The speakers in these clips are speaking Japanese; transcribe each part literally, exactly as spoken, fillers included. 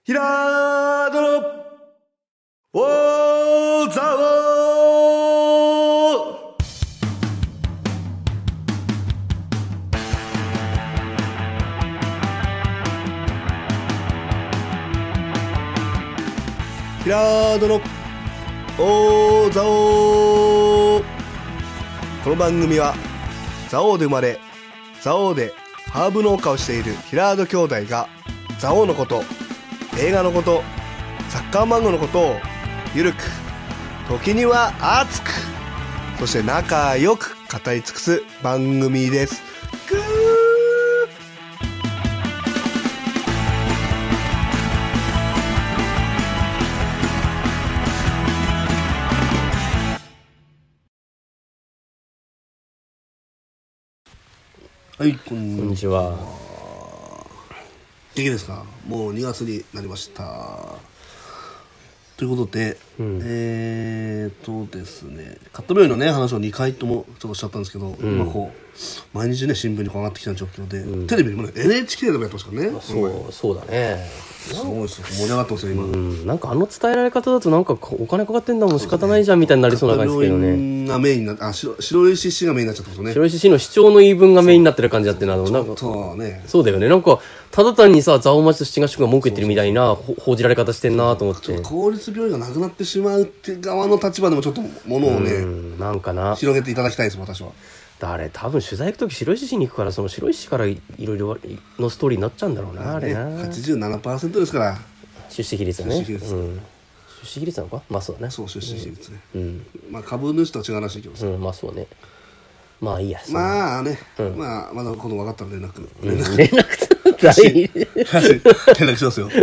平戸の大沢平戸の大沢。この番組は蔵王で生まれ蔵王でハーブ農家をしている平戸兄弟が蔵王のこと、映画のこと、サッカー漫画のことをゆるく、時には熱く、そして仲良く語り尽くす番組です。ぐーはい、こんこんにちは。 元気ですか？もうにがつになりましたということで、うん、えーとですねカット病院のね話をにかいともちょっとしちゃったんですけど、うん、今こう毎日ね新聞にこう上がってきた状況で、うん、テレビにもね エヌエイチケー でもやってますからね。 そう、うん、そうだね。 すごいですよ、盛り上がってますよ今、 うん、なんかあの伝えられ方だとなんかお金かかってんだもん仕方ないじゃんみたいになりそうな感じですけどね。 がメインなあ白白石市がメインになっちゃったことね。 白石市の市長の言い分がメインになってる感じだってなのなんかそう、ね、 そうだよね。なんかただ単にさ蔵王町と七ヶ宿が文句言ってるみたいな報じられ方してんなと思って、 公立病院がなくなってしまうって側の立場でもちょっとものをね、うん、 なんかな広げていただきたいです私は。 あれ多分取材行くとき白石市に行くからその白石市からいろいろのストーリーになっちゃうんだろうな、あれな。 はちじゅうななパーセント ですから出資比率はね。 出資比率、うん、 出資比率なのか。まあそうだね。 そう出資比率ね、 うん、 まあ株主とは違うらしいけどさ、 うん、まあそうね。まあいいや。 まあね、うん、まあまだ今度分かったら連絡連絡、うん、連絡大連絡しますよ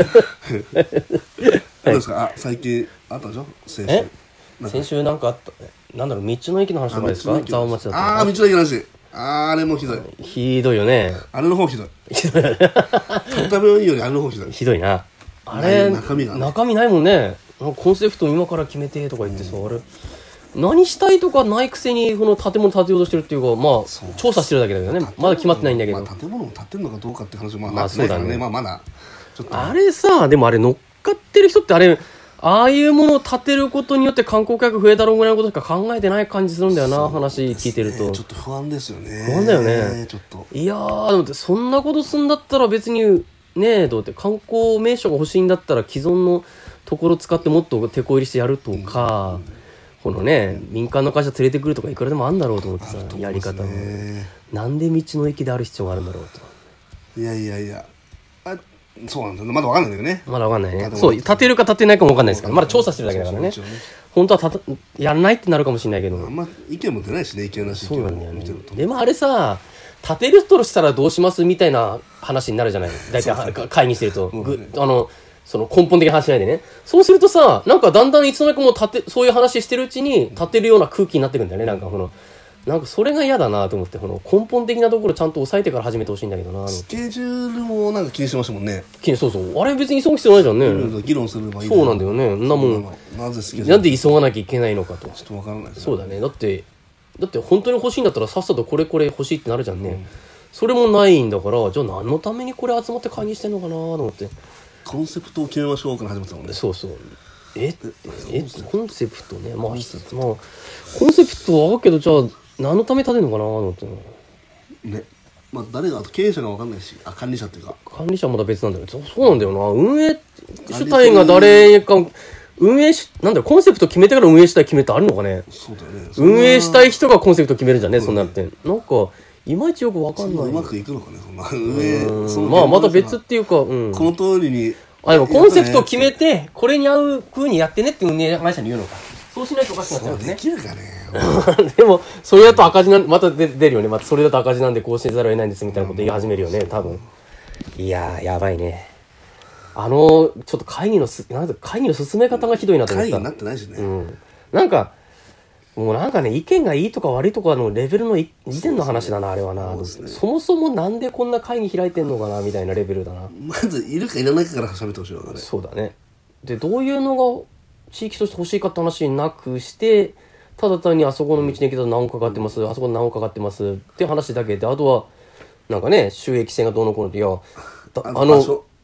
どうですか。あ最近あったでしょ先週。 なん先週なんかあったなんだろう道の駅の話とかですか。蔵王町だった。 ああ道の駅の話。あれもひどい。 ひどいよね。 あれの方ひどい。ひどい。片病院よりあれの方ひどい。 ひどいな。あれ中身が、ね、 中身ないもんね。コンセプト今から決めてとか言ってさ、うん、あれ何したいとかないくせにこの建物建てようとしてるっていうか、まあ調査してるだけだけどね。まだ決まってないんだけど、 まあ、建物も建てるのかどうかって話もまあそうだね。 まあまだちょっと、ね、 あれさでもあれ乗っかってる人ってあれああいうものを建てることによって観光客増えたろうぐらいのことしか考えてない感じするんだよな、ね、話聞いてると。 ちょっと不安ですよね。 不安だよね。 ちょっといやーでもそんなことすんだったら別にねえどうって観光名所が欲しいんだったら既存のところ使ってもっと手こ入れしてやるとか、うん、このね、うん、民間の会社連れてくるとかいくらでもあるんだろうと思ってさ、ね、やり方もなんで道の駅である必要があるんだろうと。いやいやいやあそうなんだよまだ分かんないんだよね。 まだ分かんないね。そう建てるか建てないかも分かんないですからまだ調査してるだけだからね。そうそうね本当はたやらないってなるかもしれないけどあんま意見も出ないしね。意見なし意見も見てると。 でもあれさ建てるとしたらどうしますみたいな話になるじゃない。大体会議してると、ね、あのその根本的な話しないでね。そうするとさなんかだんだんいつの間にかもう建てそういう話してるうちに建てるような空気になってくんだよね。なんかこのなんかそれが嫌だなと思ってこの根本的なところちゃんと抑えてから始めてほしいんだけどな。 スケジュールもなんか気にしてましたもんね。 気にそうそうあれ別に急ぐ必要ないじゃんね。 議論すればいい。 そうなんだよね。なもんなぜスケジュールなんで急がなきゃいけないのかとちょっとわからないですね。 そうだね。だってだって本当に欲しいんだったらさっさとこれこれ欲しいってなるじゃんね、うん、それもないんだからじゃあ何のためにこれ集まって会議してんのかなと思って。 コンセプトを決めましょうから始まったもんね。 そうそうええコンセプトねまあ一つまあコンセプトはあるけどじゃあ何のために立てるのかなと思ってね。まあ誰があと経営者が分かんないしあ管理者っていうか管理者はまだ別なんだよ。そうなんだよな。運営主体が誰か運営しなんだろコンセプト決めてから運営主体決めてあるのかね。 そうだよね。 運営したい人がコンセプト決めるじゃんね。そんなってなんかいまいちよく分かんない。 うまくいくのかねそんな運営まあまた別っていうか、うん、 この通りにあでもコンセプトを決めてこれに合う風にやってねって運営会社に言うのか。そうしないとおかしくなっちゃうね。 できるかねでもそれだと赤字なんまた出るよね。またそれだと赤字なんでこうせざるを得ないんですみたいなこと言い始めるよね多分。いやーやばいね。あのちょっと会議のすなん会議の進め方がひどいなと思った。 会議になってないしね、うん、 なんかもうなんかね意見がいいとか悪いとかのレベルの以前の話だなあれはな。 そ, う、ね、そもそもなんでこんな会議開いてんのかなみたいなレベルだな。 まずいるかいらないかから喋ってほしいわね。 そうだね。でどういうのが地域として欲しいかって話なくしてただ単にあそこの道に行けたら何億かかってますあそこに何億かかってますって話だけであとはなんかね収益性がどうのこうのっていやあの場所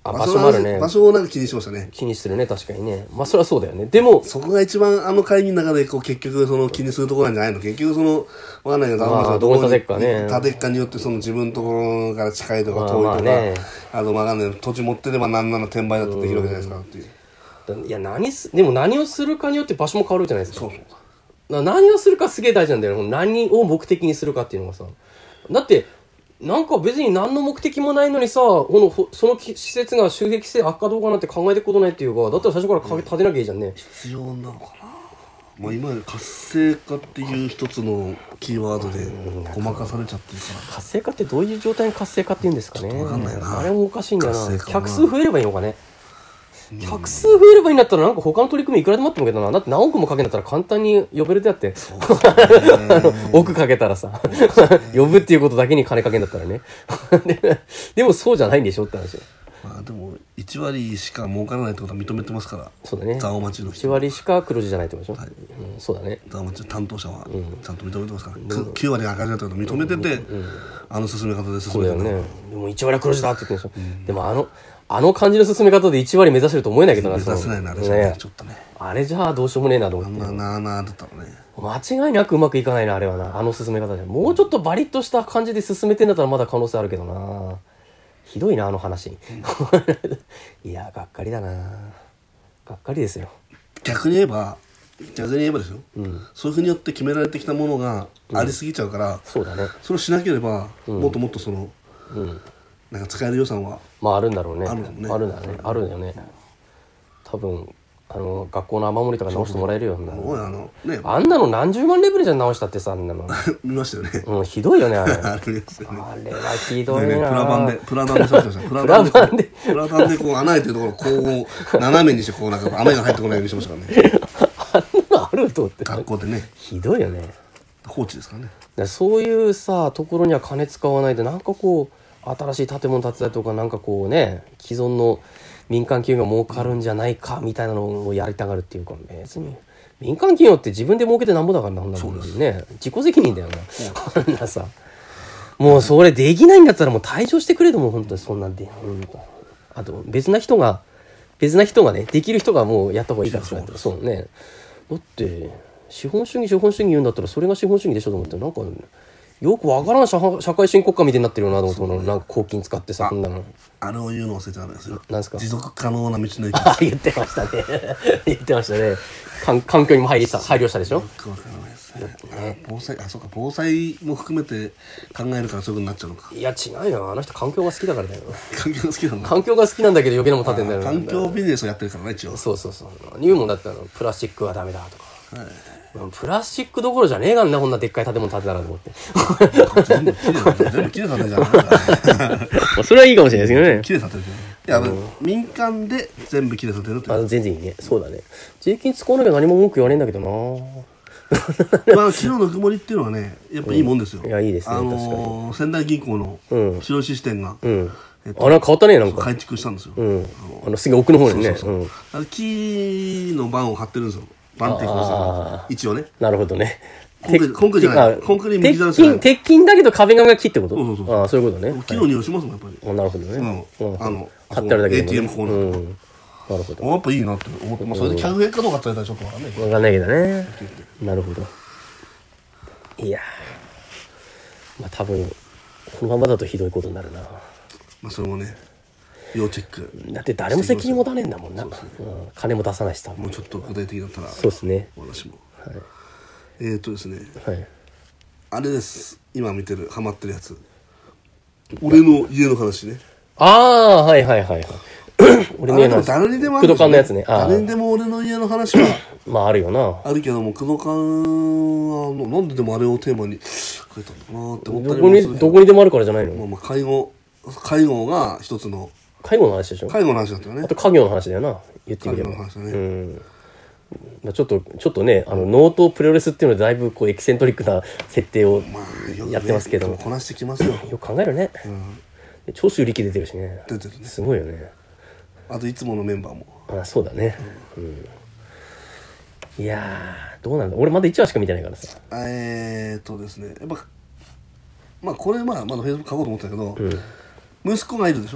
あ、場所もあるね。 場所をなんか気にしましたね。 気にするね、確かにね。まあ、それはそうだよね。でも、 そこが一番あの会議の中でこう結局その気にするところなんじゃないの。結局その、わかんないけど、 まあどこに建てっかね建てっかによってその自分のところから近いとか遠いとか、 まあまあねあとわかんない土地持ってれば何なの転売だってできるわけじゃないですかっていう。 いや、何す、でも何をするかによって場所も変わるじゃないですか。 そうそう。 な何をするかすげえ大事なんだよ。何を目的にするかっていうのがさ。だって、なんか別に何の目的もないのにさ、このほその施設が収益性悪化どうかなんて考えていくことないっていうか、だったら最初からかけ建てなきゃいいじゃんね。 必要なのかな。まあ今まで活性化っていう一つのキーワードでごまかされちゃってるから。 活性化ってどういう状態に活性化って言うんですかね。 ちょっとわかんないなあれもおかしいんだよな。 活性化は客数増えればいいのかね。客数増えればいいんだったらなんか他の取り組みいくらでもあってもいいけどな。だって何億もかけんだったら簡単に呼べるであって。あの億かけたらさ、呼ぶっていうことだけに金かけんだったらね。ででもそうじゃないんでしょって話。 まあでもいち割しか儲からないってことは認めてますから。 そうだね。 ザオ町のいち割しか黒字じゃないってことでしょ。 はいうん、そうだね。 ザオ町の担当者はちゃんと認めてますから、うん、きゅう割が赤字だったことを認めてて、うんうん、あの進め方で進めてるそうだよね。でもいち割は黒字だって言ってるでしょ。うん、でもあのあの感じの進め方でいち割目指せると思えないけどな。 目指せないなあれじゃね、 ね、 ちょっとね。 あれじゃあどうしようもねえなと思って。 あんななあなあだったのね。 間違いなくうまくいかないな、あれはな。あの進め方じゃ。もうちょっとバリッとした感じで進めてんだったらまだ可能性あるけどな。ひどいな、あの話。いや、がっかりだな。がっかりですよ。 逆に言えば、逆に言えばですよ、 うん、 そういうふうによって決められてきたものがありすぎちゃうから、うん、 そうだね。 それをしなければ、 うん、 もっともっとその、うん、なんか使える予算はまああるんだろうね。 あるもんね。 あるんだね。あるんだよね。多分あの学校の雨漏りとか直してもらえるよ。 そうそうあのね、 あんなの何十万レベルじゃ直したってさ、あんなの。 見ましたよね。 うん、ひどいよね、あれ。 あれですよね。 あれはひどいな。 プラバンで、プラダンでしました。プラバンで。 プラダンでこう穴開いてるところをこう斜めにしてこうなんか雨が入ってこないようにしましたからね。 あんなのあると思って。 学校でね。 ひどいよね。 放置ですからね。 らそういうさところには金使わないでなんかこう新しい建物建てたりとかなんかこうね既存の民間企業が儲かるんじゃないかみたいなのをやりたがるっていうか別に民間企業って自分で儲けてなんぼだからなんだろうね自己責任だよなこんなさもうそれできないんだったらもう退場してくれとも本当にそんなんで、うん、あと別な人が別な人がねできる人がもうやった方がいいからそうそうねだって資本主義資本主義言うんだったらそれが資本主義でしょと思ってなんか、ね、よくわからん 社, 社会主義国家みたいになってるよなと思って、ね、なんか公金使ってさこんなのあれを言うの忘れちゃダメですよ。 なんですか持続可能な道の駅あ言ってましたね言ってましたね環環境にも配慮した配慮したでしょよくわからないですね防災あそうか防災も含めて考えるからそういうことになっちゃうのかいや違うよあの人環境が好きだからだよ環境が好きなんだ環境が好きなんだけど余計なもん立てんだよ環境ビジネスをやってるからね一応そうそうそう言うもんだったらプラスチックはダメだとかはいプラスチックどころじゃねえがんなこんなでっかい建物建てたらと思って全部きれい全部きれい建てるじゃないですかそれはいいかもしれないですけどねきれい建てるいや、うん、民間で全部きれい建てるってあ全然いいねそうだね税金使わなきゃ何も文句言わねえんだけどなまあ昨日の曇りっていうのはねやっぱいいもんですよ、 うん、いやいいですね、 あのー、仙台銀行の白石支店が、 うんえっと、あれ変わったねなんか改築したんですよ、 うん、あのすぐ奥の方にねそうそうそう、うん、あれ木の板を張ってるんですよ板っていうか一応ねなるほどねコンクリコンクリじゃないコンクリ鉄筋鉄筋だけど壁側が木ってことそうそうそうあそういうことね木の匂いしますもんやっぱりあなるほどね、 うん、あの貼ってあるだけでも、ね、 エーティーエム コーナー、うん、 なるほどやっぱいいなって思って、まあ、それで客減かどうかって言われたらちょっとわかんないけどわかんないけどねなるほどいやまあ多分このままだとひどいことになるなまあそれもね要チェックだって誰も責任持たねえんだもんな、うん、金も出さないしさもうちょっと具体的だったらそうですね私も、 はい、 えーっとですね、はい、あれです今見てるハマってるやつ俺の家の話ねああはいはいはいはい俺の家の話誰にでもある、 ね、工藤館のやつねあ誰にでも俺の家の話はまああるよなあるけども工藤館はなんででもあれをテーマに書いたのかなって思ったりもするどこにどこにでもあるからじゃないの、 まあ、まあ介護介護が一つの介護の話でしょ介護の話だったよねあと家業の話だよな言ってみれば家業の話だね、 うんちょっとちょっとねあのノートプロレスっていうのでだいぶこうエキセントリックな設定をやってますけど、まあね、こなしてきますよよく考えるね、うん、長州力出てるしね出てるねすごいよねあといつものメンバーもあそうだね、うんうん、いやーどうなんだ俺まだいちわしか見てないからさえーっとですねやっぱまあこれまあまだフェイスブック書こうと思ったけど、うん、息子がいるでしょ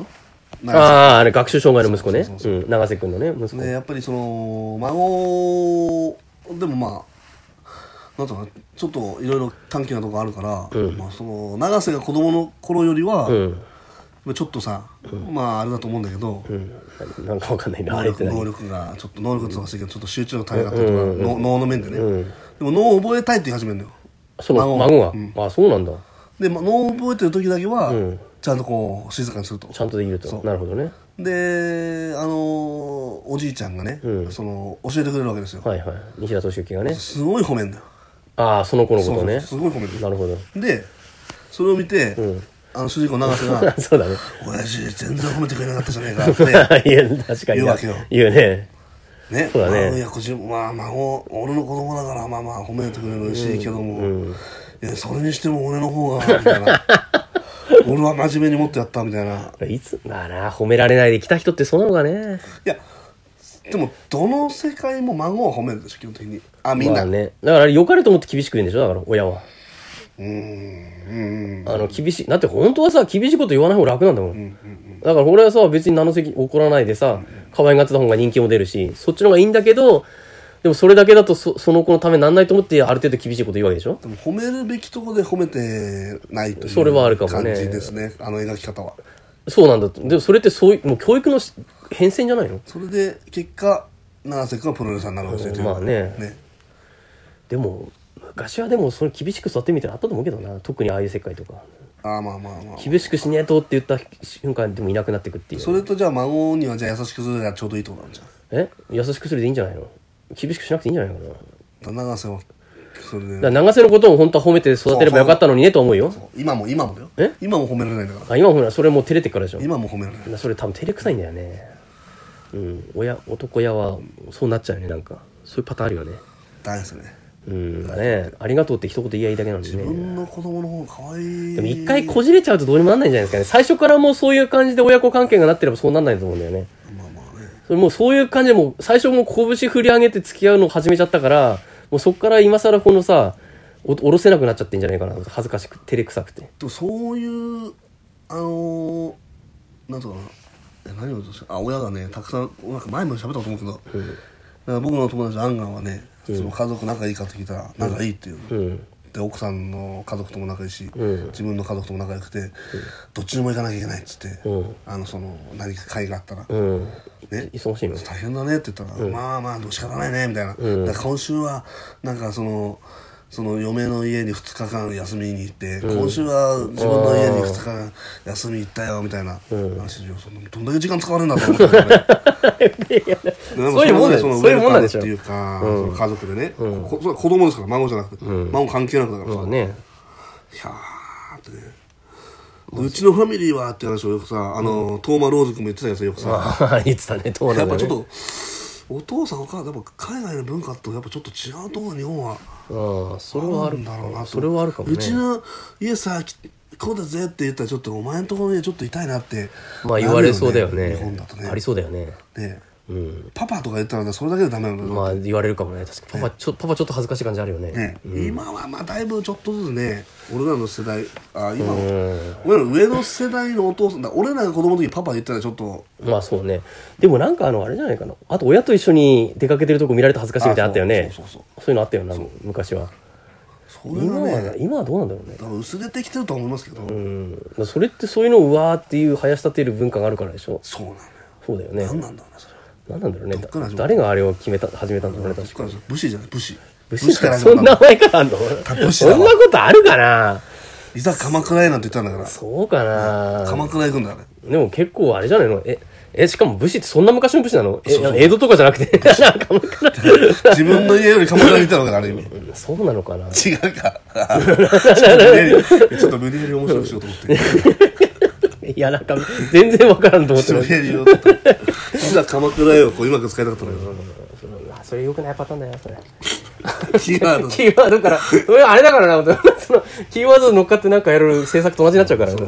ああ、あれ学習障害の息子ね。 そうそうそううん、永瀬君のね、息子。 でやっぱりその孫でもまあなんとかちょっといろいろ短期なとこあるから、 うんまあ、その永瀬が子供の頃よりは、 うん。 ちょっとさ、まああれだと思うんだけど、 うん。なんかわかんないな、 能力あれって何。 能力がちょっと能力とかしてるけどちょっと集中の足りなかったりとか、 うんの脳の面でね、 うん。 でも脳を覚えたいって言い始めるのよ。 その孫孫が。 うんあ、そうなんだ。 で、まあ、脳を覚えてる時だけは、 うんちゃんとこう静かにすると。 ちゃんとできると。 そうなるほどね。 であのーおじいちゃんがね、 うんその教えてくれるわけですよ。 はいはい。西田敏行がね。 すごい褒めんだよ。 ああ、その子のことね。 そうそうすごい褒める。 なるほど。 でそれを見て、 うん。 あの主人公永瀬がそうだね。 「親父全然褒めてくれなかったじゃねえか」っていや、確かに。 言うわけよ言うね。 ね、 そうだねまあ、いやこっちまあ孫俺の子供だからまあまあ褒めてくれるしいいけども、 うん。 いやそれにしても俺の方がみたいな俺は真面目にもっとやったみたいないつ、まあな、褒められないで来た人ってそうなのかね。 やでもどの世界も孫は褒めるでしょ基本的にあみんな、 まあね。だから良かれと思って厳しく言うんでしょだから、親は。 うーんうんあの、厳しい。だって本当はさ、厳しいこと言わない方が楽なんだもん。だから俺はさ、別に名の席怒らないでさ、可愛がってた方が人気も出るし、そっちの方がいいんだけど、でもそれだけだとそその子のためになんないと思ってある程度厳しいこと言うわけでしょ。 でも褒めるべきところで褒めてないというそれはあるかもね感じですねあの描き方は。 そうなんだと。でもそれってそういう、もう教育のし変遷じゃないの。 それで結果永瀬君はプロレスラーになるわけですよ、 まあねねでも、昔はでもそれ厳しく育ってみたらあったと思うけどな。特にああいう世界とか。 ああまあまあまあ厳しくしねえとって言った瞬間でもいなくなってくっていう。 それとじゃあ孫にはじゃあ優しくするのがちょうどいいところなんじゃん。 え優しくするでいいんじゃないの。厳しくしなくていいんじゃないのかな。 永瀬はそれでだから長瀬のことを本当は褒めて育てればよかったのにねと思うよ。 今も今もだよえ今も褒められないんだからあ、今ほら、それもう照れてっからでしょ。 今も褒められない。 それ多分照れくさいんだよね。うん。親、男親はそうなっちゃうよね、なんか。そういうパターンあるよね。 大変ですね。 うん。だね。ありがとうって一言言い合いだけなんで自ね。 分の子供の方が可愛い。 でも一回こじれちゃうとどうにもなんないんじゃないですかね。最初からもうそういう感じで親子関係がなってればそうなんないと思うんだよね。 まあまあね。 それもうそういう感じでもう最初もう拳振り上げて付き合うのを始めちゃったからもうそっから今更このさお下ろせなくなっちゃってんじゃないかな。恥ずかしく照れくさくて。 でもそういうあのー、なんとかなえ何を言おうとしたあ親がねたくさんなんか前も喋ったと思うけど、 うんだから僕の友達アンガンはね、その家族仲いいかって聞いたら仲いいっていう、 うんで奥さんの家族とも仲いいし、 うん自分の家族とも仲良くて、どっちにも行かなきゃいけないっつって、 うんあのその何か会があったら、 うんね忙しいの。 大変だねって言ったら、まあまあどう仕方ないねみたいな、 うんだから今週はなんかそのその嫁の家にふつかかん休みに行って、今週は自分の家にふつかかん休み行ったよみたいな話を、そのどんだけ時間使われるんだと思ったらねそういうもんだよそのそういうもんなんでしょっていうか、その家族でね、こそれは子供ですから孫じゃなくて、孫関係なくだからさ、 まあね。 いやーってねうちのファミリーはって話をよくさあのトーマローズ君も言ってたやつよくさ、 ああ言ってたね。友達だね。 やっぱちょっとお父さんお母さんやっぱ海外の文化とやっぱちょっと違うところ日本はああそれはあるんだろうなと。 それはあるかもね。 うちの家さきこうだぜって言ったらちょっとお前のところにちょっといたいなってまあ言われそうだよね。 日本だとねありそうだよね。 ねうん。 パパとか言ったらそれだけでダメなのよ、 まあ言われるかもね。確かにパパちょパパちょっと恥ずかしい感じあるよね。 ね今はまあだいぶちょっとずつね俺らの世代あ今はうん。 俺らの上の世代のお父さんだ俺らが子供の時パパ言ったらちょっとまあそうね。でもなんかあのあれじゃないかな。あと親と一緒に出かけてるとこ見られて恥ずかしいみたいなのあったよね。 そうそうそうそういうのあったよな昔は。 それ今はがね今はどうなんだろうね。 多分薄れてきてるとは思いますけど、 うん。それってそういうのをうわーっていう生やし立てる文化があるからでしょ。 そうなのよそうだよね。 何なんだろうなそれなんなんだろうねどっから始まった誰があれを決めた始めたんだろうね確かに。 武士じゃない武士武士から始そんなまった前からあんの武士だわそんなことあるかな。 いざ鎌倉へなんて言ったんだからそうかな。 鎌倉へ行くんだあれでも結構あれじゃないのええしかも武士ってそんな昔の武士なのえそうそう江戸とかじゃなくてなんかもうか自分の家より鎌倉にいたのがある意味なそうなのかな。 違うかちょっと無理やりちょっと無理やり面白くしようと思っていやなんか全然わからんと思ってる無理やり言おうと思っていざ鎌倉へをこううまく使いたかったのよあそれ良くないパターンだよそれキーワードキーワードからそれあれだからなそのキーワード乗っかってなんかやる制作と同じになっちゃうから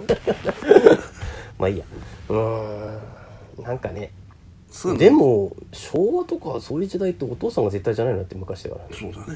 まあいいやうーんなんかねそうねでも昭和とかそういう時代ってお父さんが絶対じゃないのって昔だからそうだね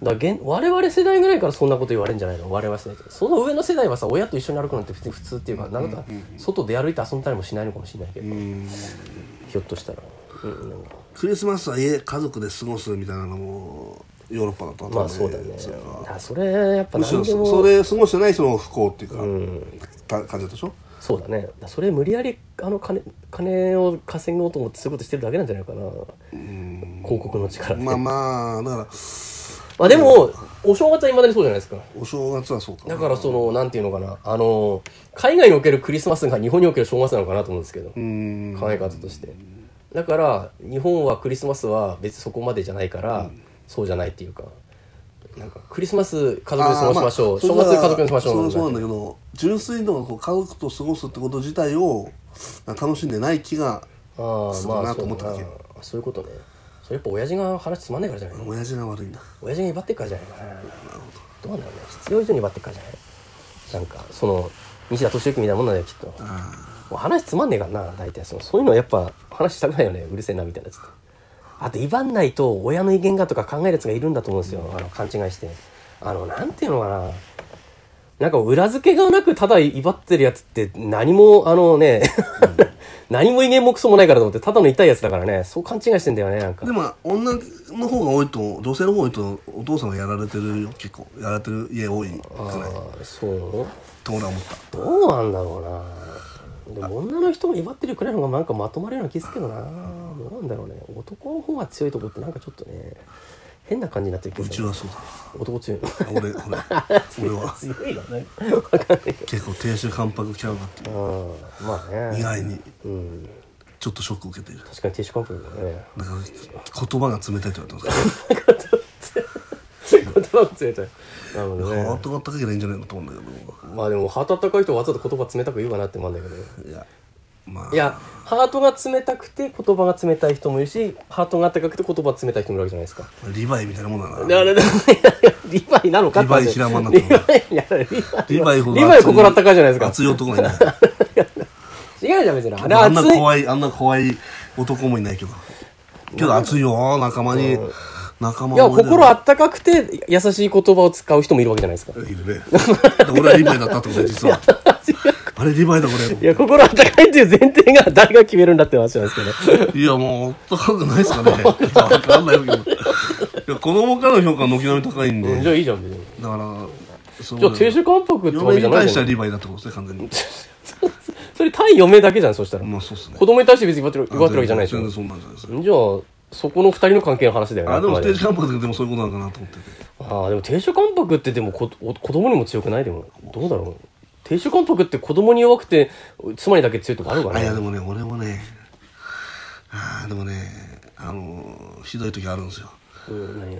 だから現我々世代ぐらいからそんなこと言われるんじゃないの？我々世代ってその上の世代はさ、親と一緒に歩くなんて別に普通っていうか、なんか外出歩いて遊んだりもしないのかもしれないけど、ひょっとしたら、うん、なんかクリスマスは家家族で過ごすみたいなのもヨーロッパだとまあそうだね。だそれやっぱむしろ何でもそれ過ごしてない人の不幸っていうか、 うん、 た感じだでしょ。 そうだね。だそれ無理やりあの金金を稼ごうと思ってそういうことしてるだけなんじゃないかな。うん広告の力で。 まあまあだからまあでも、お正月は未だにそうじゃないですか。 お正月はそうかな。 だからそのなんていうのかな、あの海外におけるクリスマスが日本における正月なのかなと思うんですけど、 うん考え方として。だから日本はクリスマスは別にそこまでじゃないから、うん、そうじゃないっていうか、なんかクリスマス家族で過ごしましょう、まあ、正月家族で過ごしましょう。 そうそうなんだけど、純粋のこう家族と過ごすってこと自体を楽しんでない気がするなと思っただけ。 あ、まあ、そういうことね。それやっぱ親父が話つまんないからじゃないの？ 親父が悪いんだ。 親父が威張ってっからじゃないかな。なるほど。どうなんだろうね。必要以上に威張ってっからじゃない。なんかその西田敏行みたいなもんなんだよきっと。もう話つまんねえからな大体そのそういうのはやっぱ話したくないよね。うるせえなみたいなやつって。あと威張んないと親の意見がとか考えるやつがいるんだと思うんですよ。あの勘違いしてあのなんていうのかな。なんか裏付けがなくただ威張ってるやつって何もあのね、うん、何も威厳もクソもないからと思ってただの痛いやつだからね、そう勘違いしてんだよね。なんかでも女の方が多いと女性の方が多いとお父さんがやられてるよ。結構やられてる家多いくない？ そうと俺は思った。 どうなんだろうな。でも女の人が威張ってるくらいの方がなんかまとまるような気するけどな。どうなんだろうね。男の方が強いとこってなんかちょっとね変な感じになってるけど、ね、 うちはそうだ。 男強いの。 俺俺俺は強いのね。分かんないけど結構亭主関白キャラがあって、 うん、まあね意外に、 うん、 ちょっとショック受けている。 確かに亭主関白だね。 だから言葉が冷たいって言われてます言葉が冷たい。なるほどね。 ハートが高ければいいんじゃないのと思うんだけど。 まあでもハート高い人はわざと言葉冷たく言うかなってもあるんだけど。 いやまあ、 いやハートが冷たくて言葉が冷たい人もいるし、ハートが高くて言葉が冷たい人もいるわけじゃないですか。 リヴァイみたいなもんだな。 だからリヴァイなのかって。 リヴァイ平間になってる。 リヴァイいやリヴリヴァイほどリヴァイ心温かいじゃないですか。 熱い男がいない。 違うじゃん別に。あれあんな熱い。 怖いあんな怖い男もいないけど。けど熱いよ仲間に、うん、仲間を。 いや心温かくて優しい言葉を使う人もいるわけじゃないですか。 いるね。俺はリヴァイだったってことで実は。あれリヴァイだこれ。 いや心温かいっていう前提が誰が決めるんだって話なんですけど。 いやもう温かくないですかね。わかんないけど。いや子供からの評価は軒並み高いんで。 うん、じゃあいいじゃん別に。 だからそうじゃあ亭主関白ってわけじゃないの。 嫁に対してはリヴァイだってことですね完全に。 それ対嫁だけじゃんそしたら。 まあそうっすね。 子供に対して別に威張ってる威張ってるわけじゃないでしょ。 全然そんなんじゃないですか。 じゃあそこの二人の関係の話だよね。 あでも亭主関白でもそういうことなのかなと思ってて。 ああでも亭主関白ってでもこ子供にも強くない？でもどうだろう。亭主関白って子供に弱くて妻にだけ強いとかあるかな。 いやでもね俺もねあでもねあのひどい時あるんですよ。うん、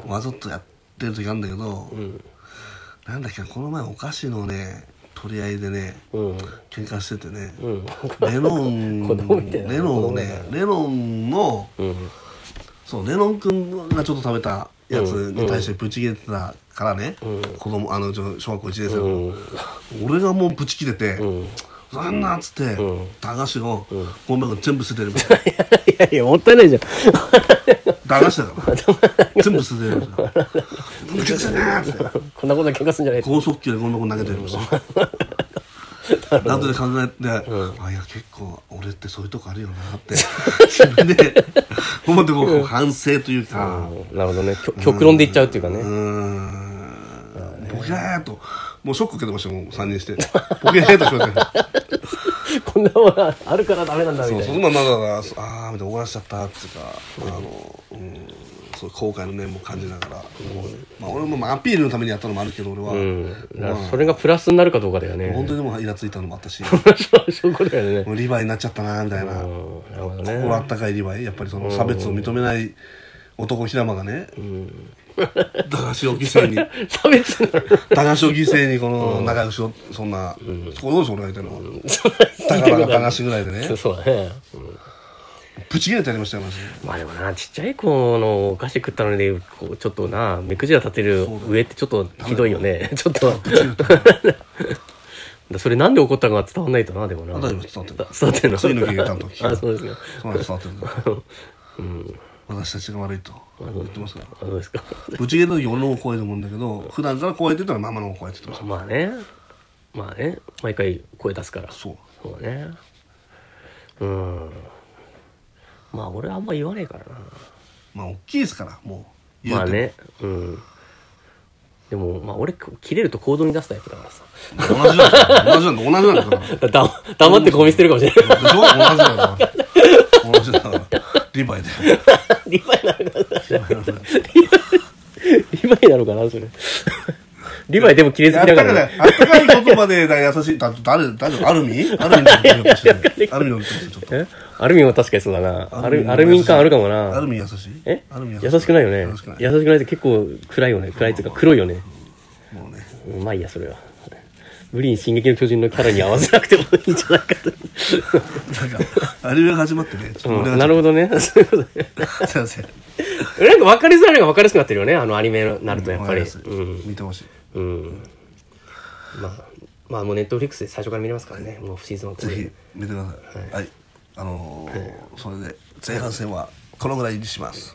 わざとやってる時あるんだけど、うん、なんだっけこの前お菓子のね取り合いでね、うん、喧嘩しててね、うん、レノンレノンねレノンの、うん、そうレノン君がちょっと食べたやつに対してブチ切れてたからね、うん、子供あの小学校いちねん生の、うん、俺がもうブチ切れて、うん、そんなっつって、うん、駄菓子をゴミ箱全部捨ててるみたいな。いやいやもったいないじゃん。 駄菓子だから全部捨ててるみたいな。むちゃくちゃなーってこんなことで喧嘩するんじゃない。 高速球でゴミ箱投げてるんですよ。後で考えて、うん、あいや結構俺ってそういうとこあるよなって自分で思ってこう反省というか、 うん、なるほどね極論で言っちゃうっていうかね。うーんボケーっともうショック受けてましたもうさんにんしてボケーっとしましたこんなものあるからダメなんだみたいな。 そうそうまあだからああみたいな終わらしちゃったっていうか、うん、あの、うん、そう後悔の念も感じながら、うんまあ、俺もまあアピールのためにやったのもあるけど俺は、うんまあ、 それがプラスになるかどうかだよね。 本当にでもイラついたのもあったしそういうことだよね。 もうリヴァイになっちゃったなみたいな、うん、なるほどね、心あったかいリヴァイやっぱりその差別を認めない男平間がね、うん駄菓子を犠牲に差別駄菓子を犠牲にこの仲良しをそんな、うん、そこどうでしょう俺が言ったのは、うん、だから駄菓子ぐらいでねそうだね、うん、 プチ切れてやりましたよマジで。 まあでもなちっちゃい子のお菓子食ったのにこうちょっとな目くじら立てる上ってちょっとひどいよねちょっとそれなんで怒ったのか伝わんないとな。でもなあ大丈夫伝わってる伝わってるの次の日入れたんとあそうですねそうなん伝わってるうん私たちが悪いと言ってますから。 あどうですか。 ぶち切れた時俺の方超えるもんだけど、普段から超えてたらママの方超えてます。 まあねまあね毎回声出すから。 そうそうねうんまあ俺はあんま言わねえからな。 まあ大きいですからもう言うてもまあねうんでもまあ俺切れると行動に出すタイプだからさ。 同じなんだ同じなんだ同じなんだからだ黙ってゴミ捨てるかもしれない。 でしょ同じなんだから同じだからリヴァイでリヴァイなのかなリヴァイなのかなそれリヴァイでも切れすぎだからね。 あったかい言葉で優しいだ誰誰アルミアルミの言ってましたねアルミの言ってましたちょっとえアルミンは確かにそうだな。アルアルミン感あるかもな。 アルミ優しいえアルミ優しくないよね。優し優しくないくないって結構暗いよね。暗いっていうか黒いよね。 もうねうまいやそれは。無理に進撃の巨人のキャラに合わせなくてもいいんじゃないかと。 なんかアニメが始まってねちょっとうん、なるほどね。そういうことね。 すいませんなんか分かりづらいのが分かりやすくなってるよね。あのアニメになるとやっぱり。 わかりやすいうん。 見てほしいうん。まあ、まあもうネットフリックスで最初から見れますからね。もうシーズンはこれぜひ見てくださいはいあのーそれで前半戦はこのぐらいにします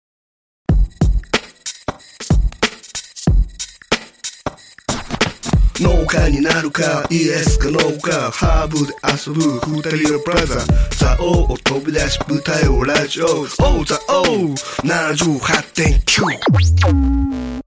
農家になるかイエスかノーかハーブで遊ぶ二人のブラザーザオを飛び出し舞台をラジオオーザオー ななじゅうはちてんきゅう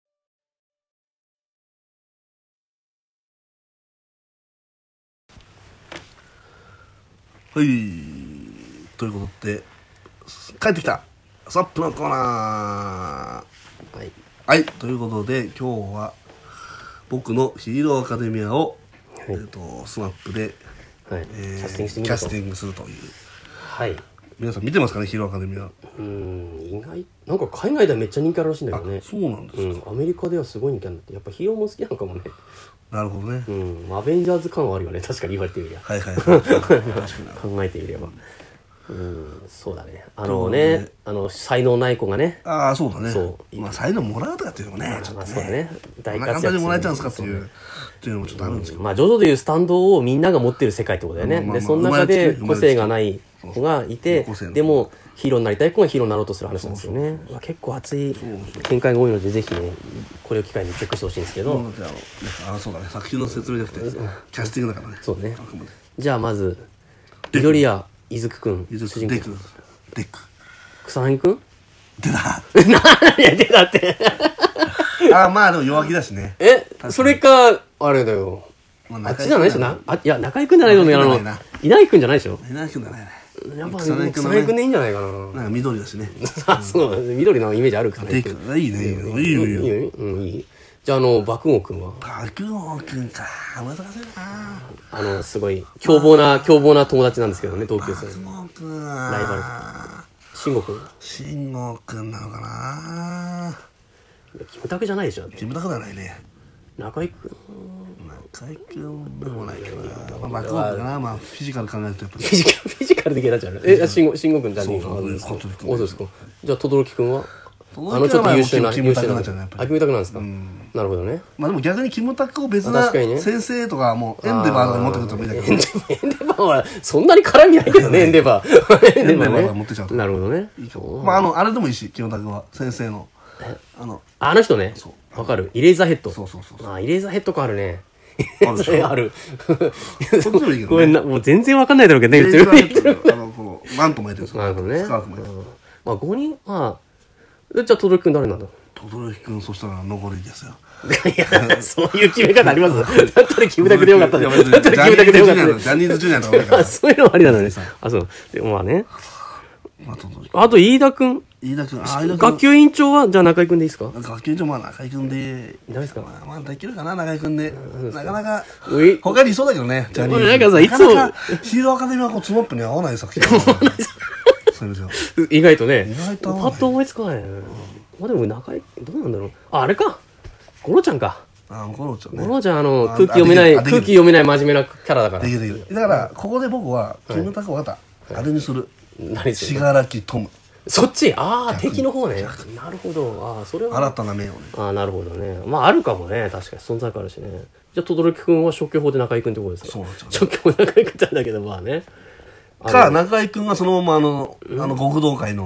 はいということで帰ってきたサップのコーナーはい。 はいということで今日は僕のヒーローアカデミアを、 いえー、とスマップで、 はい。 えーキャスティングしてみるとキャステ。ィングするというはい。 皆さん見てますかねヒーローアカデミアうん、意外。なんか海外ではめっちゃ人気あるらしいんだあけどね。 そうなんですか、 うん、アメリカではすごい人気あるんだって。やっぱヒーローも好きなのかもね。 なるほどね、 うん、アベンジャーズ感はあるよね。確かに言われてみりゃ。 はいはいはい確かに考えてみれば。うん、そうだね。あのそうね、 ねあの、才能ない子がね。 ああそうだねそうまあ才能もらうとかっていうのもねちょっまあとねそうだね。大こんな簡活躍単にもらえちゃうんですかってそうねいうっていうのもちょっとあるんですけど、 まあ、ジョジョでいうスタンドをみんなが持ってる世界ってことだよね。 まあまあまあで、その中で生まれつき個性がない子がいて個性の、 でもヒーローになりたい子がヒーローになろうとする話なんですよね。まあ、結構熱い見解が多いので、ぜひね、これを機会にチェックしてほしいんですけど、 もうだってあのなんかあそうだね作品の説明じゃなくてキャスティングだからねそうねあくまでじゃあまず、緑谷伊豆くん、 伊豆主人公デク。デク草薙くん出た何やってたって。 ああまあでも弱気だしねえ、それか、あれだよ。 まあっちじゃないでしょな。あ、いや、中居くんじゃないのね、あの中居くんじゃない、 稲井くんじゃないでしょ。 稲垣君だねやっぱ、 草薙くんのね草薙くんでいいんじゃないかな。 なんか緑だしねあ、そう、緑のイメージあるからデクいいねいいねいいよいいよいいよ、うん、いい。じゃあ、あの、爆豪くんは爆豪君か難しいなあの、すごい、凶暴な、凶暴な友達なんですけどね、同級生。 爆豪君ライバル慎吾くん。 慎吾君なのかなキムタクじゃないでしょ。 キムタクではないね中居くん。 中居君でもないかなまあ爆豪君かなまあフィジカル考えるとやっぱりフィジカル、フィジカルでいけなっちゃう。え、慎吾、慎吾くんじゃねえか。 そうそうですかそうそうおそうですか。じゃあ、轟くんは轟あの、ちょっと優秀な、 キムタク優秀な。 なんじゃないやっぱりあ、キムタクなんですか。なるほどね。 まあでも逆にキムタクを別な確かにね先生とかもうエンデバーとかに持ってくるともいいんだけどエンデエンデバーは、そんなに絡みないけどね、エンデバー。エンエンデバーが持ってちゃうとなるほどね。 いいかもまああのあれでもいいしキムタクは先生のあのあの人ね。わかる。イレーザーヘッド。 そうそうそうそうあ、イレーザーヘッド感あるね。 あるでしょある。 そっちでもいいけどねごめんな、もう全然わかんないだろうけどね、言ってる。言ってる。 あのこうマント巻いてるんですよなるほどね。 スカーフ巻いてるまあ、ごにん、まあ、じゃあ、轟くん誰なんだ轟君そしたら残りですよいや、そういう決め方ありますだったらキムタクでよかったね。 いや別にだったらキムタクでよかったね。 ジャニーズジュニアとか多いかあ、 らそういうのもありなのね。あ、そう。でもまあね。 まあ轟君あと、飯田くん。 飯田君あ飯田君学級委員長は、じゃあ中居くんでいいですか学級委員長まあ中居君でダメですかまあまあできるかな中居君でなかなかうい他にいそうだけどねジャニーズなんかさいつもなかなかヒーローアカデミアはこうスマップに合わない作品そういう意味では意外とね。 意外と合わないパッと思いつかないね。まあでも中居、どうなんだろう。あ、あれか。ゴロちゃんか。 ああ、ゴロちゃんね。 ゴロちゃん、あの、 あ空気読めない、 あできる空気読めない真面目なキャラだからで。きるできる。だから、ここで僕は、キムタク分かった。あれにする。 何する信楽トム。 そっちああ、敵の方ね。なるほど。ああ、それは。 新たな面をね。 ああ、なるほどね。まあ、あるかもね。確かに存在感あるしね。じゃあ、轟くんは消去法で中居くんってことですか。 そうなんですよね消去法で中居くんってあるんだけど、まあね。あのか、中居君がそのままあの、あの、極道会の、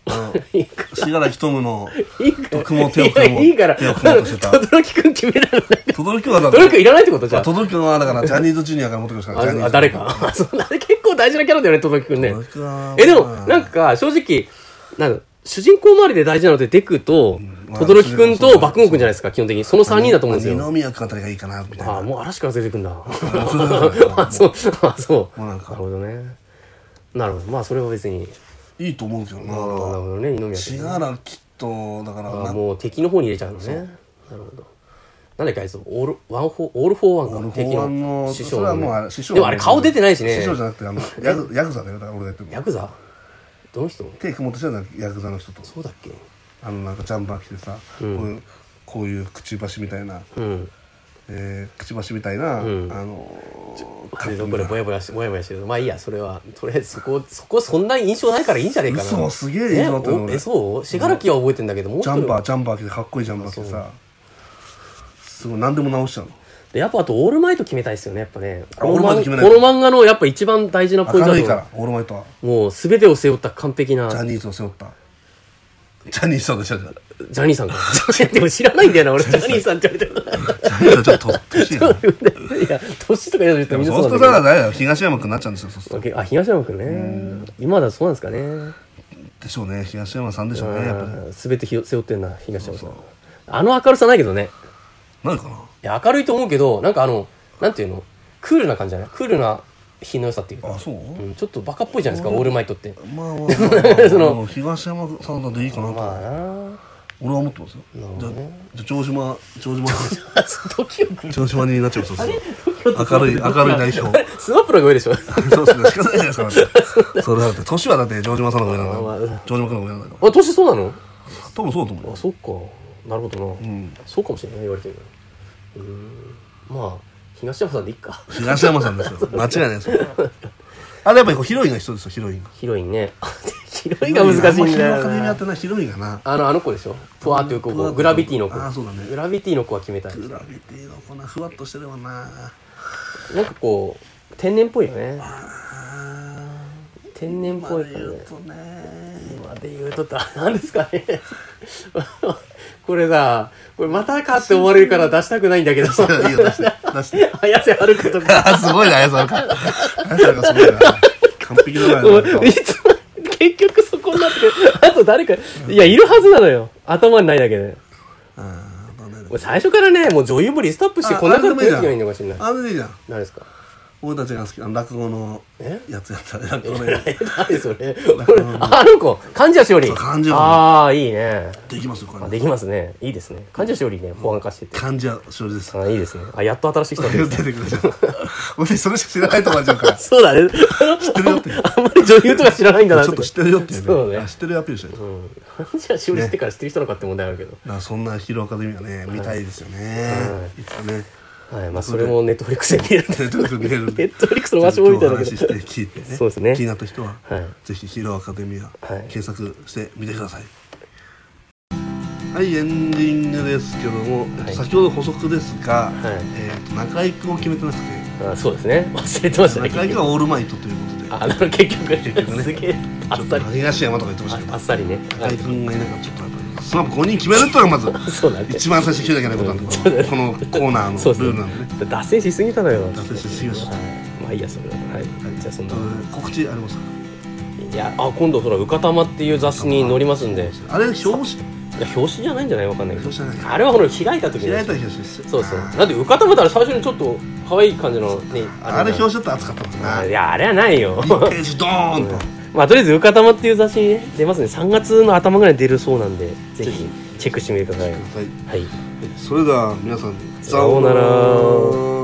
信楽トムのいいから僕も手を組もういいから手を組もうとしてた轟くん決めたのだけ轟くんはだ轟くんいらないってことじゃあ轟くんはだからジャニーズジュニアから持ってくるしかないジャニーズあ誰かあそう結構大事なキャラだよね轟くんね轟くんはえでもなんか正直なんか主人公周りで大事なのってデクと轟くんと爆豪くんじゃないですか基本的にそのさんにんだと思うんですよ二宮くんあたりがいいかなみたいなあもう嵐から出てくんだああそうあそうもうなんかなるほどねなるほどまあそれは別にいいと思うけどなあなるほどね二宮信君楽きっとだからあもう敵の方に入れちゃうのねなるほどなんだっけあいつオールワンフォーオールフォーワンかオールフォ敵ーワンのの師匠それはもうあのれ師匠でもあれ顔出てないしね師匠じゃなくてあのヤクヤクザだよだから俺が言ってるヤクザどの人手組もうとしてるのはヤクザの人とそうだっけあのなんかジャンバー着てさ、 うんこういうこういうくちばしみたいな、 うんえー、くちばしみたいな、 うんあのあれどこでぼやぼやしぼやぼやしてるまあいいやそれはとりあえずそこそこそんな印象ないからいいんじゃねえかな嘘すげえ印象だったの俺えおえそう信楽は覚えてんだけどもう一人ジャンバージャンバー着てかっこいいジャンバー着てさすごい何でも直しちゃうのでやっぱあとオールマイト決めたいですよねやっぱねあオールマイト決めないこの漫画のやっぱ一番大事なポイントだと思う明るいからオールマイトはもう全てを背負った完璧なジャニーズを背負ったジャニーズさんでしょジャジャニーさんかでも知らないんだよな俺ジャニーさんって言われてニーズはちょっと年がいや年とか言われるとみんなそうするとそうなんだだから東山君になっちゃうんですよそうするけどあ東山君ね今だとそうなんですかねとでしょうね東山さんでしょうねやっぱり全てひ背負ってんな東山さんあの明るさないけどね何かないや明るいと思うけどなんかあのなんていうのクールな感じじゃないクールな品の良さっていうかあそううん、ちょっとバカっぽいじゃないですかオールマイトってまあまあまあ、まあ、 そのあの東山さんだっていいかなと、 まあな俺は思ってますよじゃあじゃあ城島城島時をくる城島になっちゃうそうそう明るい明るい代表スマップの方が上でしょそうですね仕方ないじゃないですかだってそれだって年はだって城島さんの方が上なんだまあよ城島君の方が上なんだよあ年そうなの多分そうだと思うあそっかなるほどな、 うんそうかもしれない言われてるうーんまあ東山さんでいいか東山さんですよ間違いないですよあれやっぱりこうヒロインが一緒ですよヒロインがヒロインねヒロインが難しいんだよヒロインアカデミーやなってないヒロインがなあのあの子でしょふわーっとこうふわっとグラビティの子あそうだねグラビティの子は決めたいグラビティの子なふわっとしてるわななんかこう天然っぽいよねあ天然っぽいからね言うとね今で言うとって何ですかねこれさこれまたかって思われるから出したくないんだけどいいよ出して出して綾瀬はるかとかあすごいな綾瀬はるか綾瀬はるかすごいな完璧だなもういつも結局そこになってくるあと誰かいやいるはずなのよ頭にないだけであーだねもう最初からねもう女優もリストアップしてあこんな感じであれでもいいじゃんがいいのかもしれないあれでいいじゃん何ですか俺たちが好きな落語のえやつやったら落語のやえ何それ俺あの子患者しおりそう患者ああいいねつできますよこれあできますねいいですね患者しおりね保安化してて漢字はそれですあいいですねあやっと新しい人が出てきた出てくるじゃん俺それしか知らないとかじゃんからちそうだね知ってるよってあんまり女優とか知らないんだなょっと知ってるよっていうそうねねあ知ってるアピールしたいだかうんじゃあしおり知ってから知ってる人のかって問題あるけどらそんなヒーローアカデミーはね見たいですよねいつかねはいまあそれもネットフリックスで見れるんでネットフリックス見れるんでネットフリックスの場所みたいなけ話してど聞いてねそうですね気になった人ははいぜひヒーローアカデミーははい検索してみてくださいはいエンディングですけどもはい先ほど補足ですがはいえーと中居君を決めてなくてあそうですね忘れてましたね中居君はオールマイトということであなるほど結局結局ねすげえあちょっとっさり東山とか言ってましたけどあっさりね中居君がいなかったらちょっとやっぱりスマップごにん決めるっていうのがまずそうだね一番最初に決めなきゃいけないことなんでこのこのコーナーのそうですねルールなんでね脱線しすぎたのよ脱線しすぎましたはいまあいいやそれははいじゃあそんな告知ありますかいやあ今度そらうかたまっていう雑誌に載りますんであれ表紙いや表紙じゃないんじゃないわかんないけど表紙じゃないあれはほら開いた時に開いた表紙ですそうそうだってうかたまったら最初にちょっと可愛い感じのねあれじゃん表紙だったら熱かったもんなあいやあれはないよいちページドーンとまあとりあえずうかたまっていう雑誌にね出ますねさんがつの頭ぐらいに出るそうなんでぜひチェックしてみてくださいはいはいそれでは皆さんさようなら